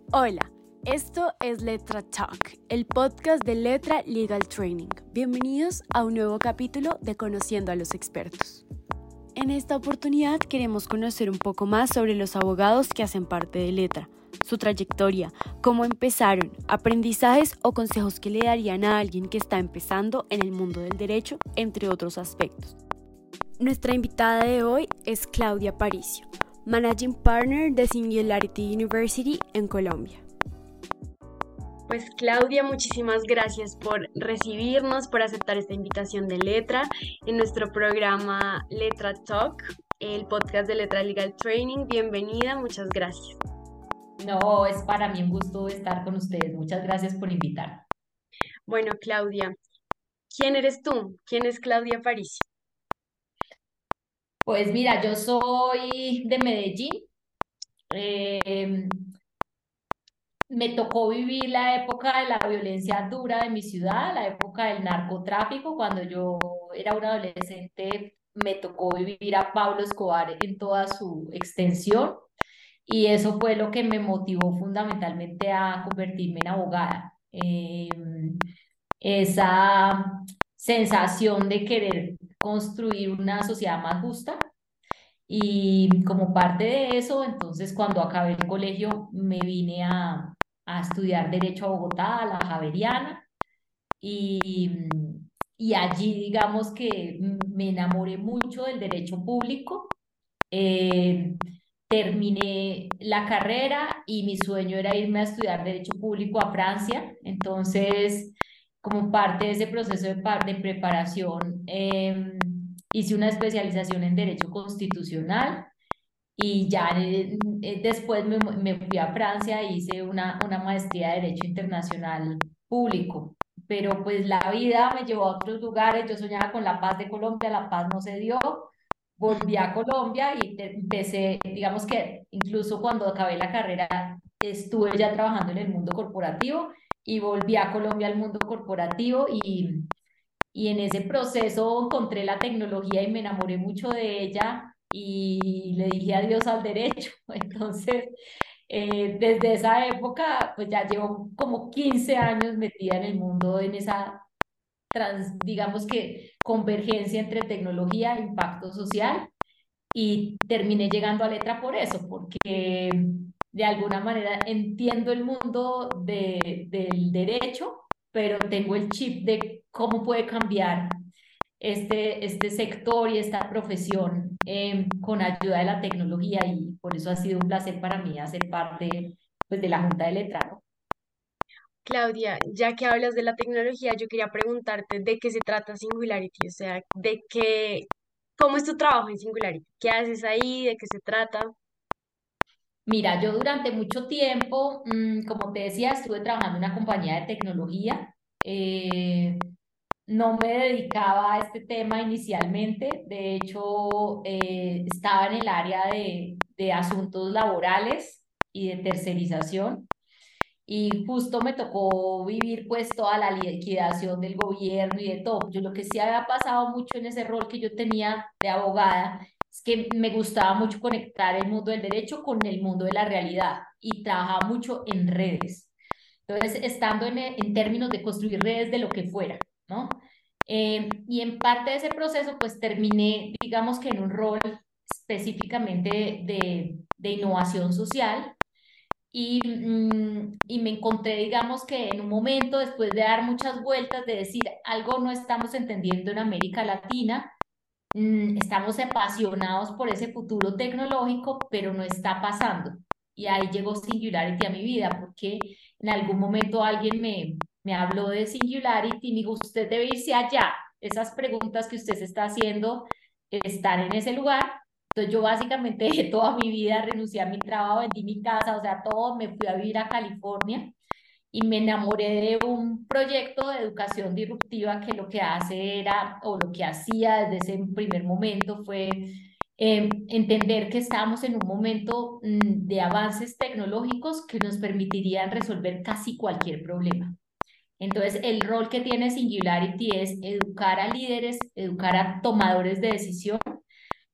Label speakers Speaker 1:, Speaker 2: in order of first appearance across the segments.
Speaker 1: Hola, esto es Letra Talk, el podcast de Letra Legal Training. Bienvenidos a un nuevo capítulo de Conociendo a los Expertos. En esta oportunidad queremos conocer un poco más sobre los abogados que hacen parte de Letra, su trayectoria, cómo empezaron, aprendizajes o consejos que le darían a alguien que está empezando en el mundo del derecho, entre otros aspectos. Nuestra invitada de hoy es Claudia Paricio, Managing Partner de Singularity University en Colombia. Pues Claudia, muchísimas gracias por recibirnos, por aceptar esta invitación de Letra en nuestro programa Letra Talk, el podcast de Letra Legal Training. Bienvenida, muchas gracias.
Speaker 2: No, es para mí un gusto estar con ustedes. Muchas gracias por invitarme.
Speaker 1: Bueno, Claudia, ¿quién eres tú? ¿Quién es Claudia Paricio?
Speaker 2: Pues mira, yo soy de Medellín. Eh, Me tocó vivir la época de la violencia dura de mi ciudad, la época del narcotráfico. Cuando yo era una adolescente, me tocó vivir a Pablo Escobar en toda su extensión. Y eso fue lo que me motivó fundamentalmente a convertirme en abogada. Esa sensación de querer construir una sociedad más justa. Y como parte de eso, entonces cuando acabé el colegio me vine a estudiar Derecho a Bogotá, a la Javeriana, y, y allí digamos que me enamoré mucho del derecho público. Eh, Terminé la carrera y mi sueño era irme a estudiar Derecho Público a Francia. Entonces, como parte de ese proceso de preparación, hice una especialización en Derecho Constitucional y ya después me fui a Francia e hice una maestría de Derecho Internacional Público. Pero pues la vida me llevó a otros lugares. Yo soñaba con la paz de Colombia, la paz no se dio. Volví a Colombia y empecé, digamos que incluso cuando acabé la carrera estuve ya trabajando en el mundo corporativo y volví a Colombia al mundo corporativo y en ese proceso encontré la tecnología y me enamoré mucho de ella y le dije adiós al derecho. Entonces, desde esa época, pues ya llevo como 15 años metida en el mundo, en esa digamos que convergencia entre tecnología e impacto social, y terminé llegando a Letra por eso, porque de alguna manera entiendo el mundo del derecho, pero tengo el chip de cómo puede cambiar este sector y esta profesión con ayuda de la tecnología, y por eso ha sido un placer para mí hacer parte pues, de la Junta de Letra, ¿no?
Speaker 1: Claudia, ya que hablas de la tecnología, yo quería preguntarte de qué se trata Singularity, o sea, cómo es tu trabajo en Singularity, qué haces ahí, de qué se trata.
Speaker 2: Mira, yo durante mucho tiempo, como te decía, estuve trabajando en una compañía de tecnología. No me dedicaba a este tema inicialmente. De hecho, estaba en el área de asuntos laborales y de tercerización. Y justo me tocó vivir pues toda la liquidación del gobierno y de todo. Yo lo que sí había pasado mucho en ese rol que yo tenía de abogada es que me gustaba mucho conectar el mundo del derecho con el mundo de la realidad y trabajaba mucho en redes. Entonces, estando en términos de construir redes de lo que fuera, ¿no? Y en parte de ese proceso, pues terminé, digamos que en un rol específicamente de innovación social y me encontré, digamos que en un momento, después de dar muchas vueltas, de decir, algo no estamos entendiendo en América Latina, estamos apasionados por ese futuro tecnológico, pero no está pasando. Y ahí llegó Singularity a mi vida, porque en algún momento alguien me habló de Singularity y me dijo, usted debe irse allá. Esas preguntas que usted se está haciendo están en ese lugar. Entonces yo básicamente dejé toda mi vida, renuncié a mi trabajo, vendí mi casa, o sea, todo, me fui a vivir a California y me enamoré de un proyecto de educación disruptiva que lo que hace era, o lo que hacía desde ese primer momento fue entender que estábamos en un momento de avances tecnológicos que nos permitirían resolver casi cualquier problema. Entonces, el rol que tiene Singularity es educar a líderes, educar a tomadores de decisión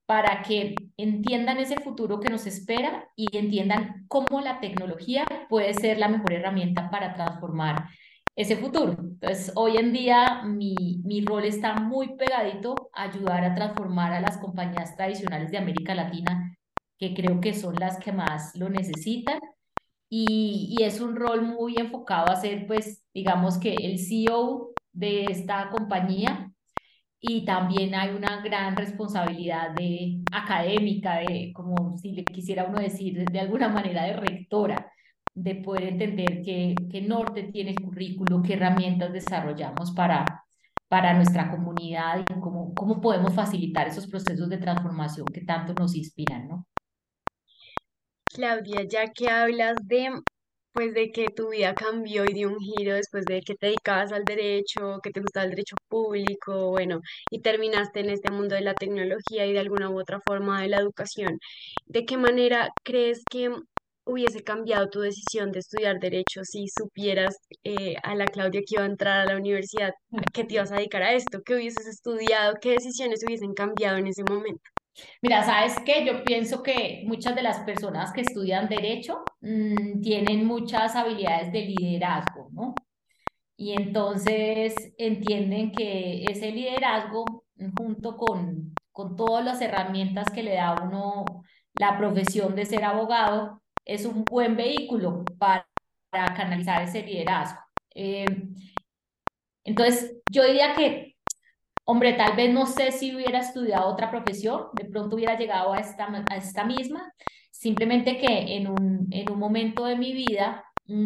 Speaker 2: para que entiendan ese futuro que nos espera y entiendan cómo la tecnología puede ser la mejor herramienta para transformar ese futuro. Entonces, hoy en día mi rol está muy pegadito a ayudar a transformar a las compañías tradicionales de América Latina, que creo que son las que más lo necesitan. Y es un rol muy enfocado a ser, pues, digamos que el CEO de esta compañía, y también hay una gran responsabilidad de académica, de como si le quisiera uno decir de alguna manera de rectora, de poder entender qué norte tiene el currículo, qué herramientas desarrollamos para nuestra comunidad y cómo podemos facilitar esos procesos de transformación que tanto nos inspiran, ¿no?
Speaker 1: Claudia, ya que hablas pues de que tu vida cambió y dio un giro después de que te dedicabas al derecho, que te gustaba el derecho público, bueno, y terminaste en este mundo de la tecnología y de alguna u otra forma de la educación, ¿de qué manera crees que hubiese cambiado tu decisión de estudiar derecho si supieras a la Claudia que iba a entrar a la universidad, que te ibas a dedicar a esto, que hubieses estudiado, qué decisiones hubiesen cambiado en ese momento?
Speaker 2: Mira, ¿sabes qué? Yo pienso que muchas de las personas que estudian derecho tienen muchas habilidades de liderazgo, ¿no? Y entonces entienden que ese liderazgo, junto con todas las herramientas que le da a uno la profesión de ser abogado, es un buen vehículo para canalizar ese liderazgo. Eh, entonces, yo diría que, hombre, tal vez no sé si hubiera estudiado otra profesión, de pronto hubiera llegado a esta misma, simplemente que en un momento de mi vida,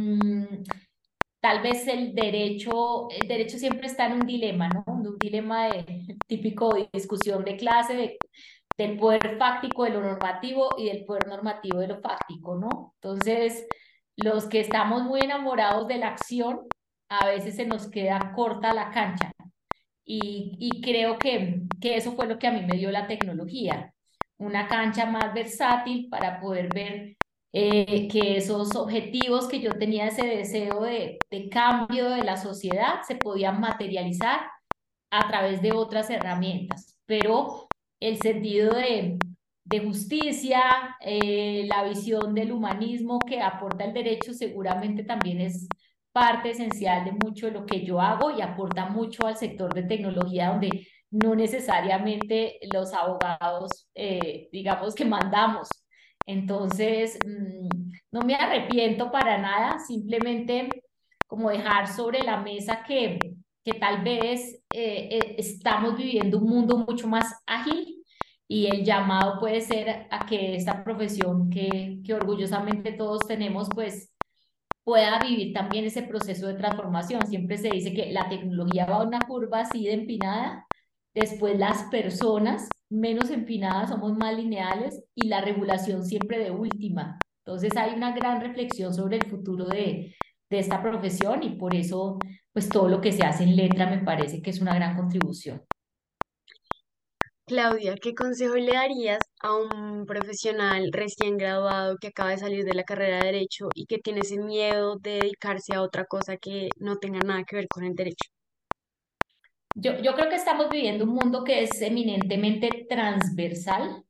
Speaker 2: tal vez el derecho siempre está en un dilema, ¿no? Un dilema de típico de discusión de clase, del poder fáctico de lo normativo y del poder normativo de lo fáctico, ¿no? Entonces, los que estamos muy enamorados de la acción, a veces se nos queda corta la cancha. Y creo que eso fue lo que a mí me dio la tecnología, una cancha más versátil para poder ver que esos objetivos que yo tenía, ese deseo de cambio de la sociedad, se podían materializar a través de otras herramientas. Pero el sentido de justicia, la visión del humanismo que aporta el derecho seguramente también es parte esencial de mucho de lo que yo hago y aporta mucho al sector de tecnología donde no necesariamente los abogados, digamos que mandamos. Entonces, no me arrepiento para nada, simplemente como dejar sobre la mesa que tal vez estamos viviendo un mundo mucho más ágil y el llamado puede ser a que esta profesión que orgullosamente todos tenemos, pues pueda vivir también ese proceso de transformación. Siempre se dice que la tecnología va a una curva así de empinada, después las personas menos empinadas somos más lineales y la regulación siempre de última. Entonces hay una gran reflexión sobre el futuro de esta profesión y por eso pues todo lo que se hace en letra me parece que es una gran contribución.
Speaker 1: Claudia, ¿qué consejo le darías a un profesional recién graduado que acaba de salir de la carrera de Derecho y que tiene ese miedo de dedicarse a otra cosa que no tenga nada que ver con el derecho?
Speaker 2: Yo creo que estamos viviendo un mundo que es eminentemente transversal,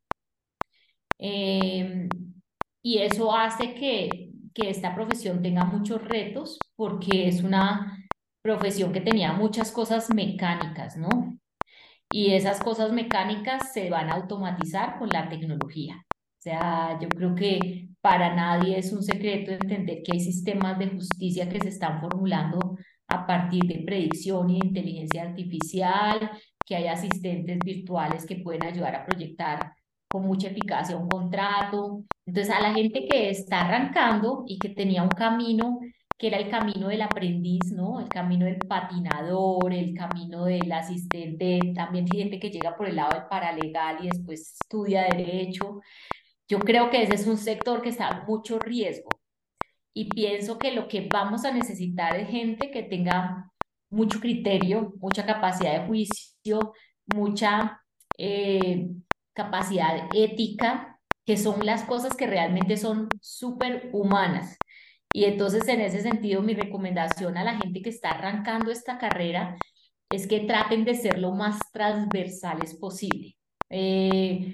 Speaker 2: eh, y eso hace que esta profesión tenga muchos retos porque es una profesión que tenía muchas cosas mecánicas, ¿no? Y esas cosas mecánicas se van a automatizar con la tecnología. O sea, yo creo que para nadie es un secreto entender que hay sistemas de justicia que se están formulando a partir de predicción y de inteligencia artificial, que hay asistentes virtuales que pueden ayudar a proyectar con mucha eficacia un contrato. Entonces, a la gente que está arrancando y que tenía un camino que era el camino del aprendiz, ¿no? El camino del patinador, el camino del asistente, también hay gente que llega por el lado del paralegal y después estudia derecho. Yo creo que ese es un sector que está a mucho riesgo y pienso que lo que vamos a necesitar es gente que tenga mucho criterio, mucha capacidad de juicio, mucha eh, capacidad ética, que son las cosas que realmente son súper humanas. Y entonces, en ese sentido, mi recomendación a la gente que está arrancando esta carrera es que traten de ser lo más transversales posible.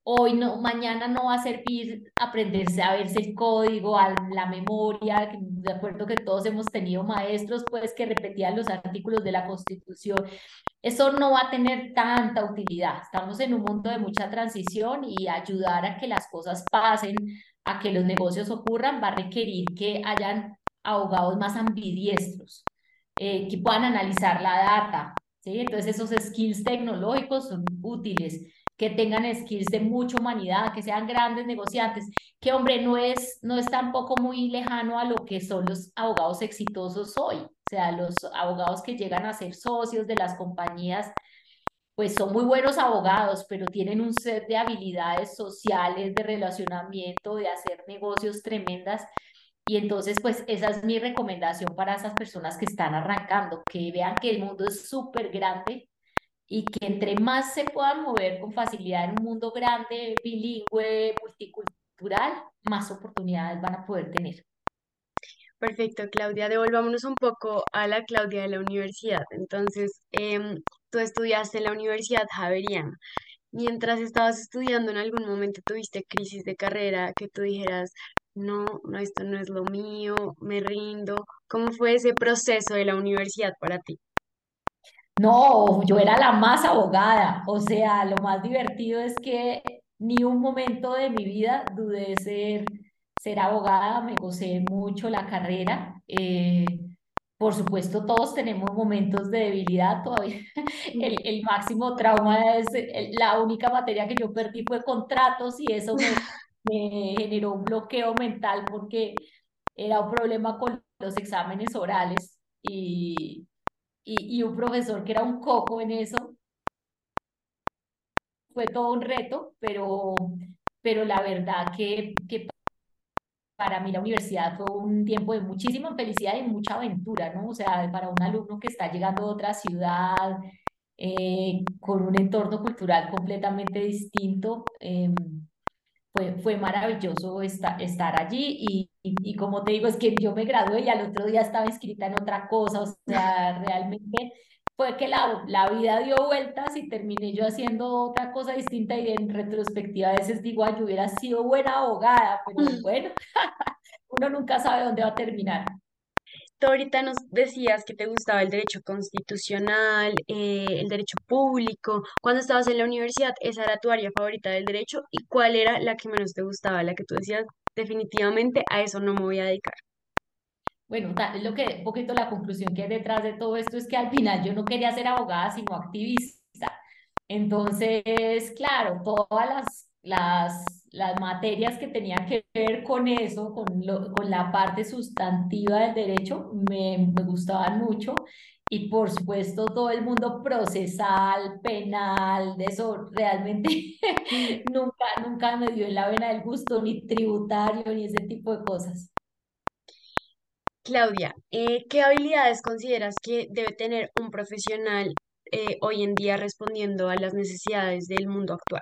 Speaker 2: hoy no, mañana no va a servir aprenderse a verse el código, a la memoria, de acuerdo que todos hemos tenido maestros pues que repetían los artículos de la Constitución. Eso no va a tener tanta utilidad. Estamos en un mundo de mucha transición y ayudar a que las cosas pasen, a que los negocios ocurran, va a requerir que hayan abogados más ambidiestros, que puedan analizar la data, ¿sí? Entonces esos skills tecnológicos son útiles, que tengan skills de mucha humanidad, que sean grandes negociantes, que hombre, no es tampoco muy lejano a lo que son los abogados exitosos hoy. O sea, los abogados que llegan a ser socios de las compañías, pues son muy buenos abogados, pero tienen un set de habilidades sociales, de relacionamiento, de hacer negocios tremendas. Y entonces, pues esa es mi recomendación para esas personas que están arrancando, que vean que el mundo es súper grande y que entre más se puedan mover con facilidad en un mundo grande, bilingüe, multicultural, más oportunidades van a poder tener.
Speaker 1: Perfecto, Claudia. Devolvámonos un poco a la Claudia de la universidad. Entonces, tú estudiaste en la Universidad Javeriana. Mientras estabas estudiando, ¿en algún momento tuviste crisis de carrera que tú dijeras, no, no, esto no es lo mío, me rindo? ¿Cómo fue ese proceso de la universidad para ti?
Speaker 2: No, yo era la más abogada, o sea, lo más divertido es que ni un momento de mi vida dudé de ser abogada, me gocé mucho la carrera. Por supuesto, todos tenemos momentos de debilidad todavía. El máximo trauma es la única materia que yo perdí fue contratos y eso me generó un bloqueo mental porque era un problema con los exámenes orales y un profesor que era un coco en eso. Fue todo un reto, pero la verdad que para mí la universidad fue un tiempo de muchísima felicidad y mucha aventura, ¿no? O sea, para un alumno que está llegando a otra ciudad, con un entorno cultural completamente distinto, fue maravilloso estar allí y como te digo, es que yo me gradué y al otro día estaba inscrita en otra cosa, o sea, realmente fue que la vida dio vueltas y terminé yo haciendo otra cosa distinta y en retrospectiva a veces digo, ay, yo hubiera sido buena abogada, pero bueno, uno nunca sabe dónde va a terminar.
Speaker 1: Tú ahorita nos decías que te gustaba el derecho constitucional, el derecho público. Cuando estabas en la universidad, ¿esa era tu área favorita del derecho? ¿Y cuál era la que menos te gustaba, la que tú decías, definitivamente a eso no me voy a dedicar?
Speaker 2: Bueno, lo que, un poquito la conclusión que hay detrás de todo esto es que al final yo no quería ser abogada, sino activista. Entonces, claro, todas las materias que tenían que ver con eso, con la parte sustantiva del derecho, me gustaban mucho. Y por supuesto, todo el mundo procesal, penal, de eso realmente nunca me dio en la vena del gusto, ni tributario, ni ese tipo de cosas.
Speaker 1: Claudia, ¿qué habilidades consideras que debe tener un profesional hoy en día respondiendo a las necesidades del mundo actual?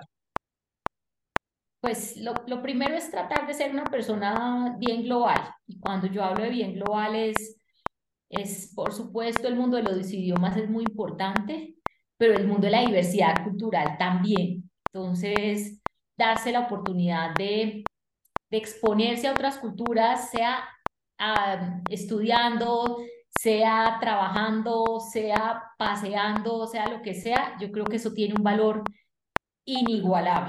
Speaker 2: Pues lo primero es tratar de ser una persona bien global. Y cuando yo hablo de bien global por supuesto, el mundo de los idiomas es muy importante, pero el mundo de la diversidad cultural también. Entonces, darse la oportunidad de exponerse a otras culturas, sea estudiando, sea trabajando, sea paseando, sea lo que sea, yo creo que eso tiene un valor inigualable.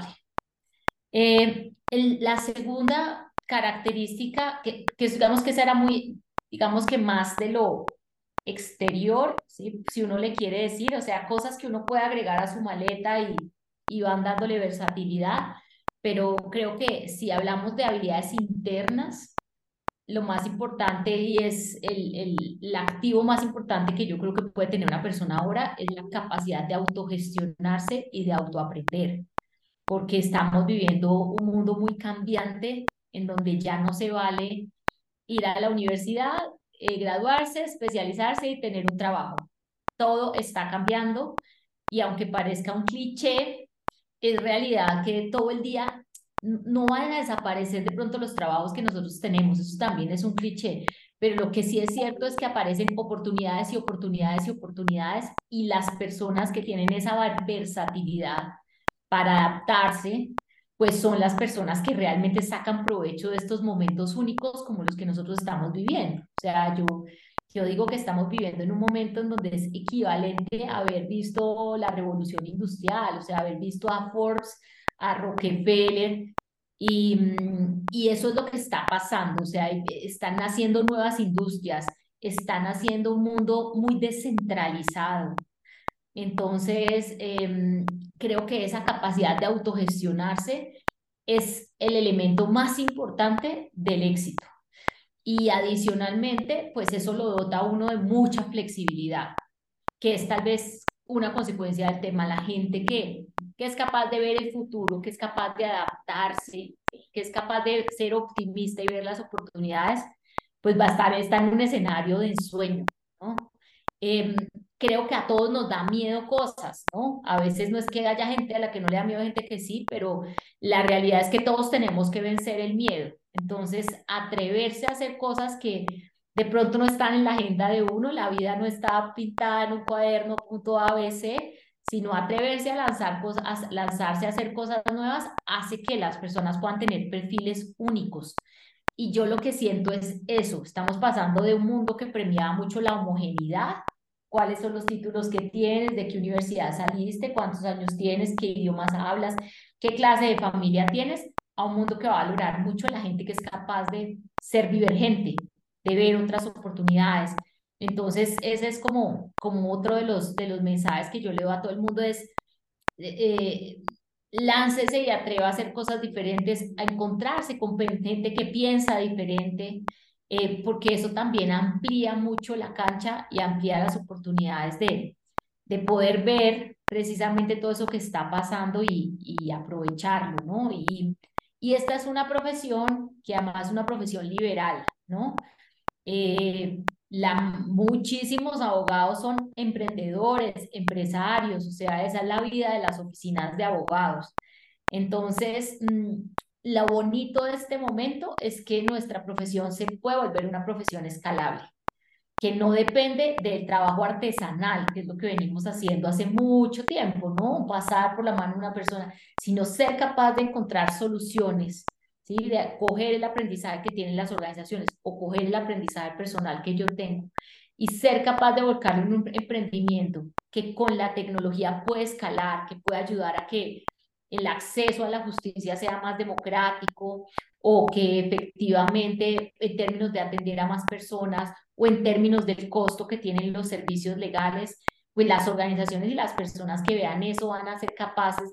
Speaker 2: La segunda característica, digamos que esa era muy, digamos que más de lo exterior, ¿sí? Si uno le quiere decir, o sea, cosas que uno puede agregar a su maleta y van dándole versatilidad, pero creo que si hablamos de habilidades internas, lo más importante y es el activo más importante que yo creo que puede tener una persona ahora es la capacidad de autogestionarse y de autoaprender porque estamos viviendo un mundo muy cambiante en donde ya no se vale ir a la universidad, graduarse, especializarse y tener un trabajo. Todo está cambiando y aunque parezca un cliché, es realidad que todo el día no van a desaparecer de pronto los trabajos que nosotros tenemos, eso también es un cliché, pero lo que sí es cierto es que aparecen oportunidades y oportunidades y oportunidades y las personas que tienen esa versatilidad para adaptarse, pues son las personas que realmente sacan provecho de estos momentos únicos como los que nosotros estamos viviendo. O sea, yo digo que estamos viviendo en un momento en donde es equivalente a haber visto la revolución industrial, o sea, haber visto a Forbes, a Rockefeller, y eso es lo que está pasando. O sea, están naciendo nuevas industrias, están haciendo un mundo muy descentralizado. Entonces, creo que esa capacidad de autogestionarse es el elemento más importante del éxito. Y adicionalmente, pues eso lo dota a uno de mucha flexibilidad, que es tal vez una consecuencia del tema. La gente que es capaz de ver el futuro, que es capaz de adaptarse, que es capaz de ser optimista y ver las oportunidades, pues va a estar en un escenario de ensueño, ¿no? Eh, Creo que a todos nos da miedo cosas, ¿no? A veces no es que haya gente a la que no le da miedo, gente que sí, pero la realidad es que todos tenemos que vencer el miedo. Entonces, atreverse a hacer cosas que de pronto no están en la agenda de uno, la vida no está pintada en un cuaderno, punto A, B, C, sino atreverse a lanzar cosas, a lanzarse a hacer cosas nuevas, hace que las personas puedan tener perfiles únicos. Y yo lo que siento es eso, estamos pasando de un mundo que premiaba mucho la homogeneidad, cuáles son los títulos que tienes, de qué universidad saliste, cuántos años tienes, qué idiomas hablas, qué clase de familia tienes, a un mundo que va a valorar mucho a la gente que es capaz de ser divergente, de ver otras oportunidades. Entonces, ese es como otro de los mensajes que yo le doy a todo el mundo es, eh, láncese y atreva a hacer cosas diferentes, a encontrarse con gente que piensa diferente, porque eso también amplía mucho la cancha y amplía las oportunidades de poder ver precisamente todo eso que está pasando y aprovecharlo, ¿no? Y esta es una profesión que además es una profesión liberal, ¿no? Muchísimos abogados son emprendedores, empresarios, o sea, esa es la vida de las oficinas de abogados. Entonces, lo bonito de este momento es que nuestra profesión se puede volver una profesión escalable, que no depende del trabajo artesanal, que es lo que venimos haciendo hace mucho tiempo, ¿no? Pasar por la mano de una persona, sino ser capaz de encontrar soluciones, ¿sí? De coger el aprendizaje que tienen las organizaciones o coger el aprendizaje personal que yo tengo y ser capaz de volcarlo en un emprendimiento que con la tecnología puede escalar, que puede ayudar a que el acceso a la justicia sea más democrático o que efectivamente en términos de atender a más personas o en términos del costo que tienen los servicios legales, pues las organizaciones y las personas que vean eso van a ser capaces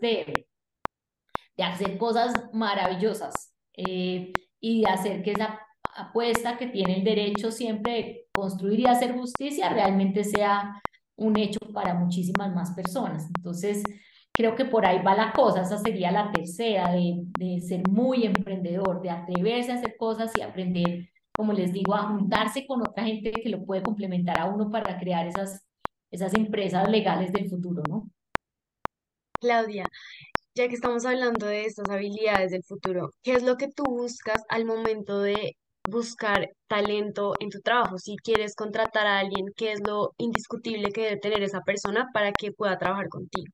Speaker 2: de hacer cosas maravillosas, y de hacer que esa apuesta que tiene el derecho siempre de construir y hacer justicia realmente sea un hecho para muchísimas más personas. Entonces, creo que por ahí va la cosa, esa sería la tercera, de ser muy emprendedor, de atreverse a hacer cosas y aprender, como les digo, a juntarse con otra gente que lo puede complementar a uno para crear esas empresas legales del futuro, ¿no?
Speaker 1: Claudia, ya que estamos hablando de estas habilidades del futuro, ¿qué es lo que tú buscas al momento de buscar talento en tu trabajo? Si quieres contratar a alguien, ¿qué es lo indiscutible que debe tener esa persona para que pueda trabajar contigo?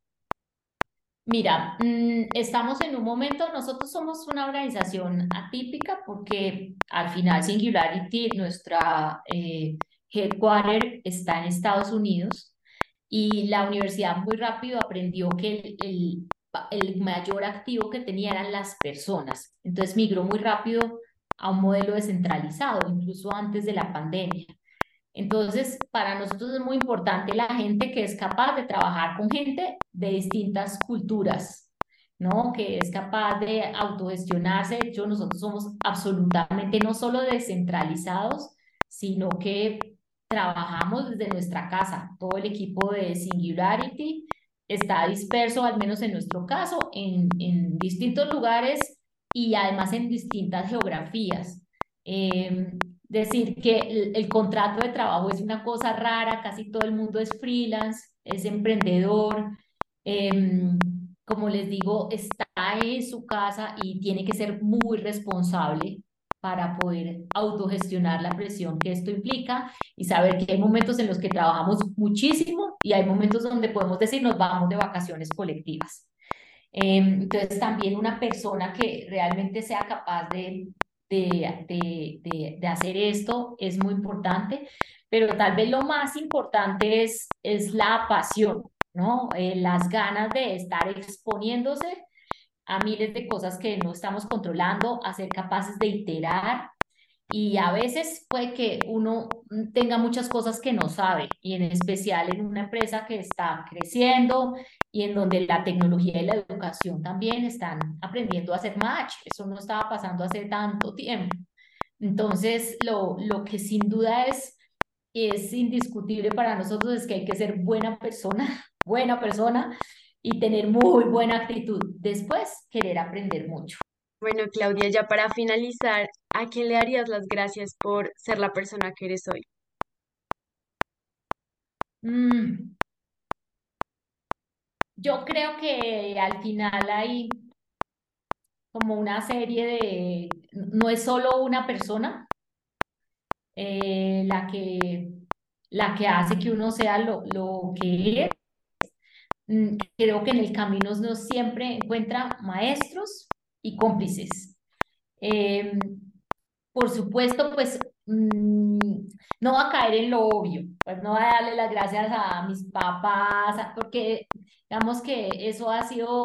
Speaker 2: Mira, estamos en un momento, nosotros somos una organización atípica porque al final Singularity, nuestra headquarter está en Estados Unidos y la universidad muy rápido aprendió que el mayor activo que tenía eran las personas. Entonces migró muy rápido a un modelo descentralizado, incluso antes de la pandemia. Entonces, para nosotros es muy importante la gente que es capaz de trabajar con gente de distintas culturas, ¿no? Que es capaz de autogestionarse. De hecho, nosotros somos absolutamente no solo descentralizados, sino que trabajamos desde nuestra casa. Todo el equipo de Singularity está disperso, al menos en nuestro caso, en distintos lugares y además en distintas geografías. Decir que el contrato de trabajo es una cosa rara, casi todo el mundo es freelance, es emprendedor, em, como les digo, está en su casa y tiene que ser muy responsable para poder autogestionar la presión que esto implica y saber que hay momentos en los que trabajamos muchísimo y hay momentos donde podemos decir nos vamos de vacaciones colectivas. Entonces también una persona que realmente sea capaz de hacer esto es muy importante, pero tal vez lo más importante es la pasión, ¿no? Las ganas de estar exponiéndose a miles de cosas que no estamos controlando, a ser capaces de iterar y a veces puede que uno tenga muchas cosas que no sabe, y en especial en una empresa que está creciendo y en donde la tecnología y la educación también están aprendiendo a hacer match. Eso no estaba pasando hace tanto tiempo. Entonces, lo que sin duda es indiscutible para nosotros es que hay que ser buena persona, buena persona y tener muy buena actitud. Después, querer aprender mucho.
Speaker 1: Bueno, Claudia, ya para finalizar, ¿a quién le darías las gracias por ser la persona que eres hoy?
Speaker 2: Mm, yo creo que al final hay como una serie no es solo una persona la que hace que uno sea lo que es. Creo que en el camino uno siempre encuentra maestros y cómplices. Eh, por supuesto, pues no va a caer en lo obvio, pues no va a darle las gracias a mis papás, porque digamos que eso ha sido,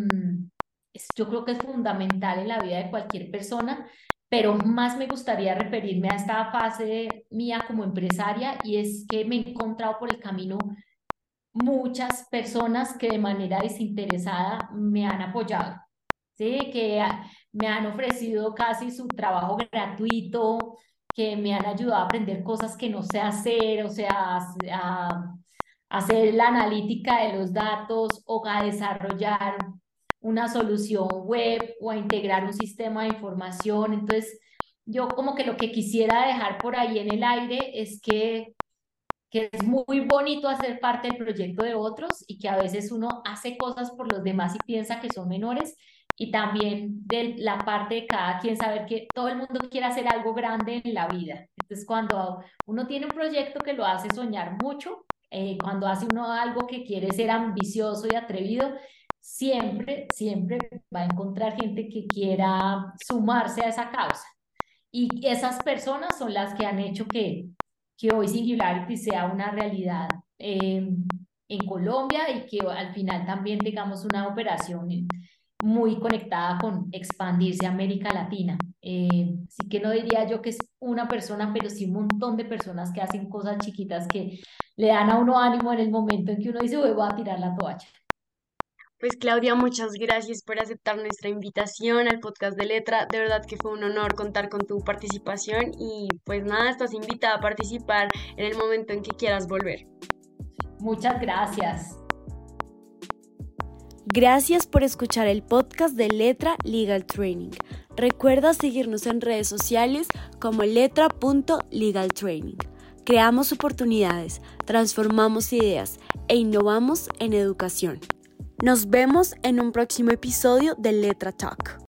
Speaker 2: yo creo que es fundamental en la vida de cualquier persona, pero más me gustaría referirme a esta fase mía como empresaria y es que me he encontrado por el camino muchas personas que de manera desinteresada me han apoyado, ¿sí? Me han ofrecido casi su trabajo gratuito, que me han ayudado a aprender cosas que no sé hacer, o sea, hacer la analítica de los datos o a desarrollar una solución web o a integrar un sistema de información. Entonces, yo como que lo que quisiera dejar por ahí en el aire es que es muy bonito hacer parte del proyecto de otros y que a veces uno hace cosas por los demás y piensa que son menores, y también de la parte de cada quien saber que todo el mundo quiere hacer algo grande en la vida. Entonces, cuando uno tiene un proyecto que lo hace soñar mucho, cuando hace uno algo que quiere ser ambicioso y atrevido, siempre va a encontrar gente que quiera sumarse a esa causa. Y esas personas son las que han hecho que hoy Singularity sea una realidad en Colombia y que al final también tengamos una operación muy conectada con expandirse a América Latina. Sí que no diría yo que es una persona, pero sí un montón de personas que hacen cosas chiquitas que le dan a uno ánimo en el momento en que uno dice, "Uy, voy a tirar la toalla".
Speaker 1: Pues Claudia, muchas gracias por aceptar nuestra invitación al podcast de Letra. De verdad que fue un honor contar con tu participación y pues nada, estás invitada a participar en el momento en que quieras volver.
Speaker 2: Muchas gracias.
Speaker 3: Gracias por escuchar el podcast de Letra Legal Training. Recuerda seguirnos en redes sociales como letra.legaltraining. Creamos oportunidades, transformamos ideas e innovamos en educación. Nos vemos en un próximo episodio de Letra Talk.